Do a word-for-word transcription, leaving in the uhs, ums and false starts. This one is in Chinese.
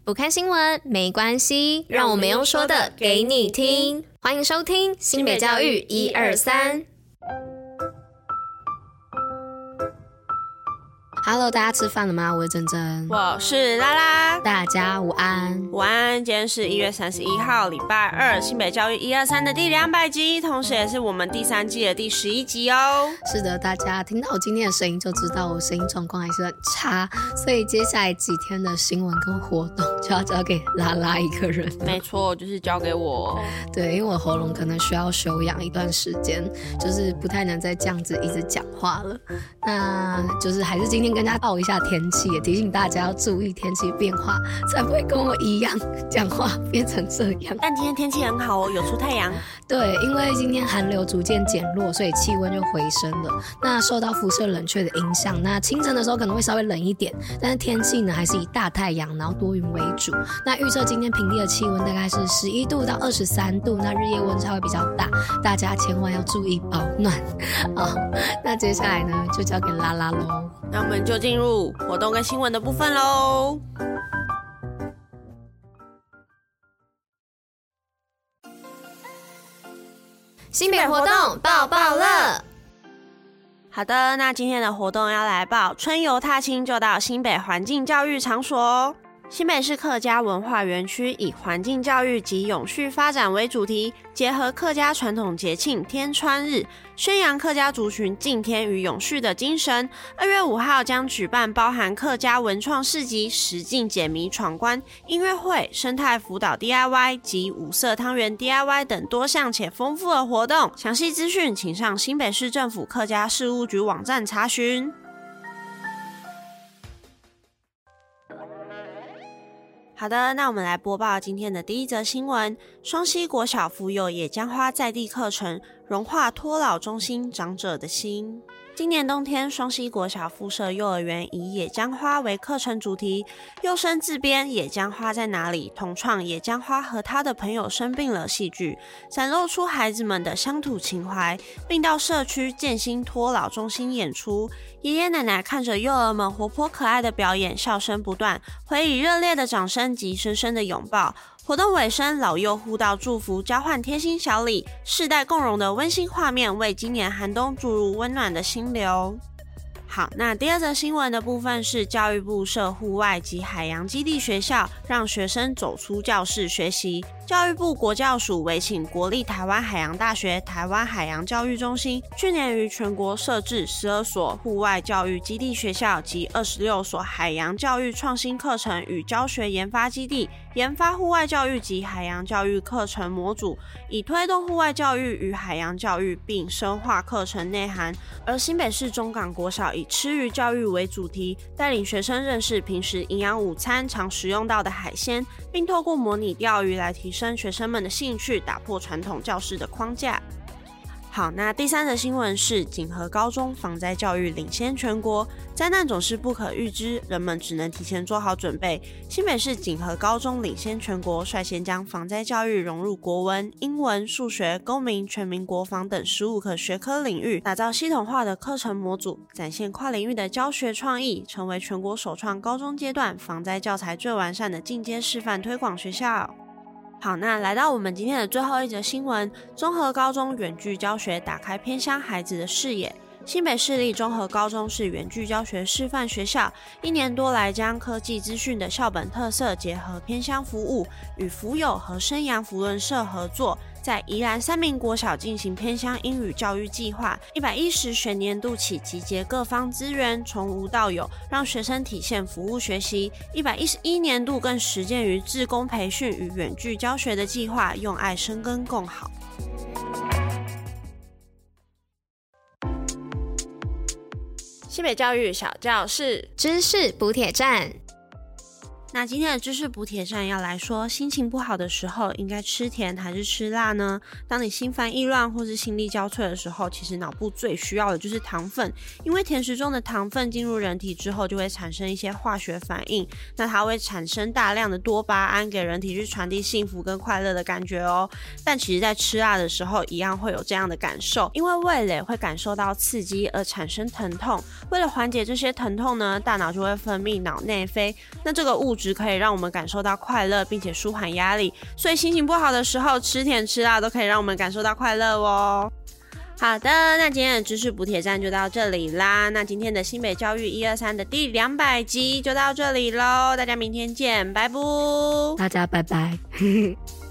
不看新闻没关系，让我们用说的给你听。欢迎收听新北教育一二三。Hello， 大家吃饭了吗？我是珍珍， 我是拉拉， 大家午安。 午安，今天是一月三十一号，礼拜二，新北教育一二三的第两百集，同时也是我们第三季的第十一集哦。 是的，大家听到我今天的声音就知道我声音状况还是很差，所以接下来几天的新闻跟活动就要交给拉拉一个人。 没错，就是交给我。 对，因为我喉咙可能需要休养一段时间，就是不太能再这样子一直讲话了。那就是还是今天跟大家报一下天气，也提醒大家要注意天气变化，才不会跟我一样讲话变成这样。 但今天天气很好哦，有出太阳。 对，因为今天寒流逐渐减弱，所以气温就回升了。那受到辐射冷却的影响，那清晨的时候可能会稍微冷一点，但是天气呢还是以大太阳然后多云为主。那预测今天平地的气温大概是十一度到二十三度，那日夜温差会比较大，大家千万要注意保暖。好，那接下来呢就交给拉拉咯。 那我们就进入活动跟新闻的部分咯。 新北活动报报乐。 好的，那今天的活动要来报春游踏青就到新北环境教育场所哦。新北市客家文化园区以环境教育及永续发展为主题，结合客家传统节庆天穿日，宣扬客家族群敬天与永续的精神。二月五号将举办包含客家文创市集、实境解谜闯关、音乐会、生态辅导 D I Y 及五色汤圆 D I Y 等多项且丰富的活动。详细资讯请上新北市政府客家事务局网站查询。好的，那我们来播报今天的第一则新闻。双溪国小附幼野姜花在地课程，融化托老中心长者的心。今年冬天，双溪国小附设幼儿园以野姜花为课程主题，幼生自编野姜花在哪里，同创野姜花和他的朋友生病了戏剧，展露出孩子们的乡土情怀，并到社区建新托老中心演出。爷爷奶奶看着幼儿们活泼可爱的表演，笑声不断，回以热烈的掌声及深深的拥抱。活动尾声，老幼互道祝福，交换贴心小礼，世代共融的温馨画面，为今年寒冬注入温暖的心流。好，那第二则新闻的部分是教育部设户外及海洋基地学校，让学生走出教室学习。教育部国教署委请国立台湾海洋大学台湾海洋教育中心，去年于全国设置十二所户外教育基地学校及二十六所海洋教育创新课程与教学研发基地，研发户外教育及海洋教育课程模组，以推动户外教育与海洋教育，并深化课程内涵。而新北市中港国小以吃鱼教育为主题，带领学生认识平时营养午餐常食用到的海鲜，并透过模拟钓鱼来提升学生们的兴趣，打破传统教室的框架。好，那第三则新闻是锦和高中防灾教育领先全国，灾难总是不可预知，人们只能提前做好准备。新北市锦和高中领先全国，率先将防灾教育融入国文、英文、数学、公民、全民国防等十五个学科领域，打造系统化的课程模组，展现跨领域的教学创意，成为全国首创高中阶段防灾教材最完善的进阶示范推广学校。好，那来到我们今天的最后一则新闻，中和高中远距教学打开偏乡孩子的视野。新北市立中和高中是远距教学示范学校，一年多来将科技资讯的校本特色结合偏乡服务，与福友和生阳福伦社合作，在宜兰三民国小进行偏乡英语教育计划。一百一十学年度起集结各方资源，从无到有，让学生体现服务学习。一百一十一年度更实践于志工培训与远距教学的计划，用爱生根共好。新北教育小教室知识补铁站。 那今天的知识补铁站要来说，心情不好的时候应该吃甜还是吃辣呢？当你心烦意乱或是心力交瘁的时候，其实脑部最需要的就是糖分，因为甜食中的糖分进入人体之后就会产生一些化学反应，那它会产生大量的多巴胺，给人体去传递幸福跟快乐的感觉哦。但其实在吃辣的时候一样会有这样的感受，因为味蕾会感受到刺激而产生疼痛，为了缓解这些疼痛呢，大脑就会分泌脑内啡，那这个物质质可以让我们感受到快乐，并且舒缓压力，所以心情不好的时候吃甜吃辣都可以让我们感受到快乐哦。好的，那今天的知识补铁站就到这里啦。那今天的新北教育一二三的第两百集就到这里咯，大家明天见，拜拜。 大家拜拜。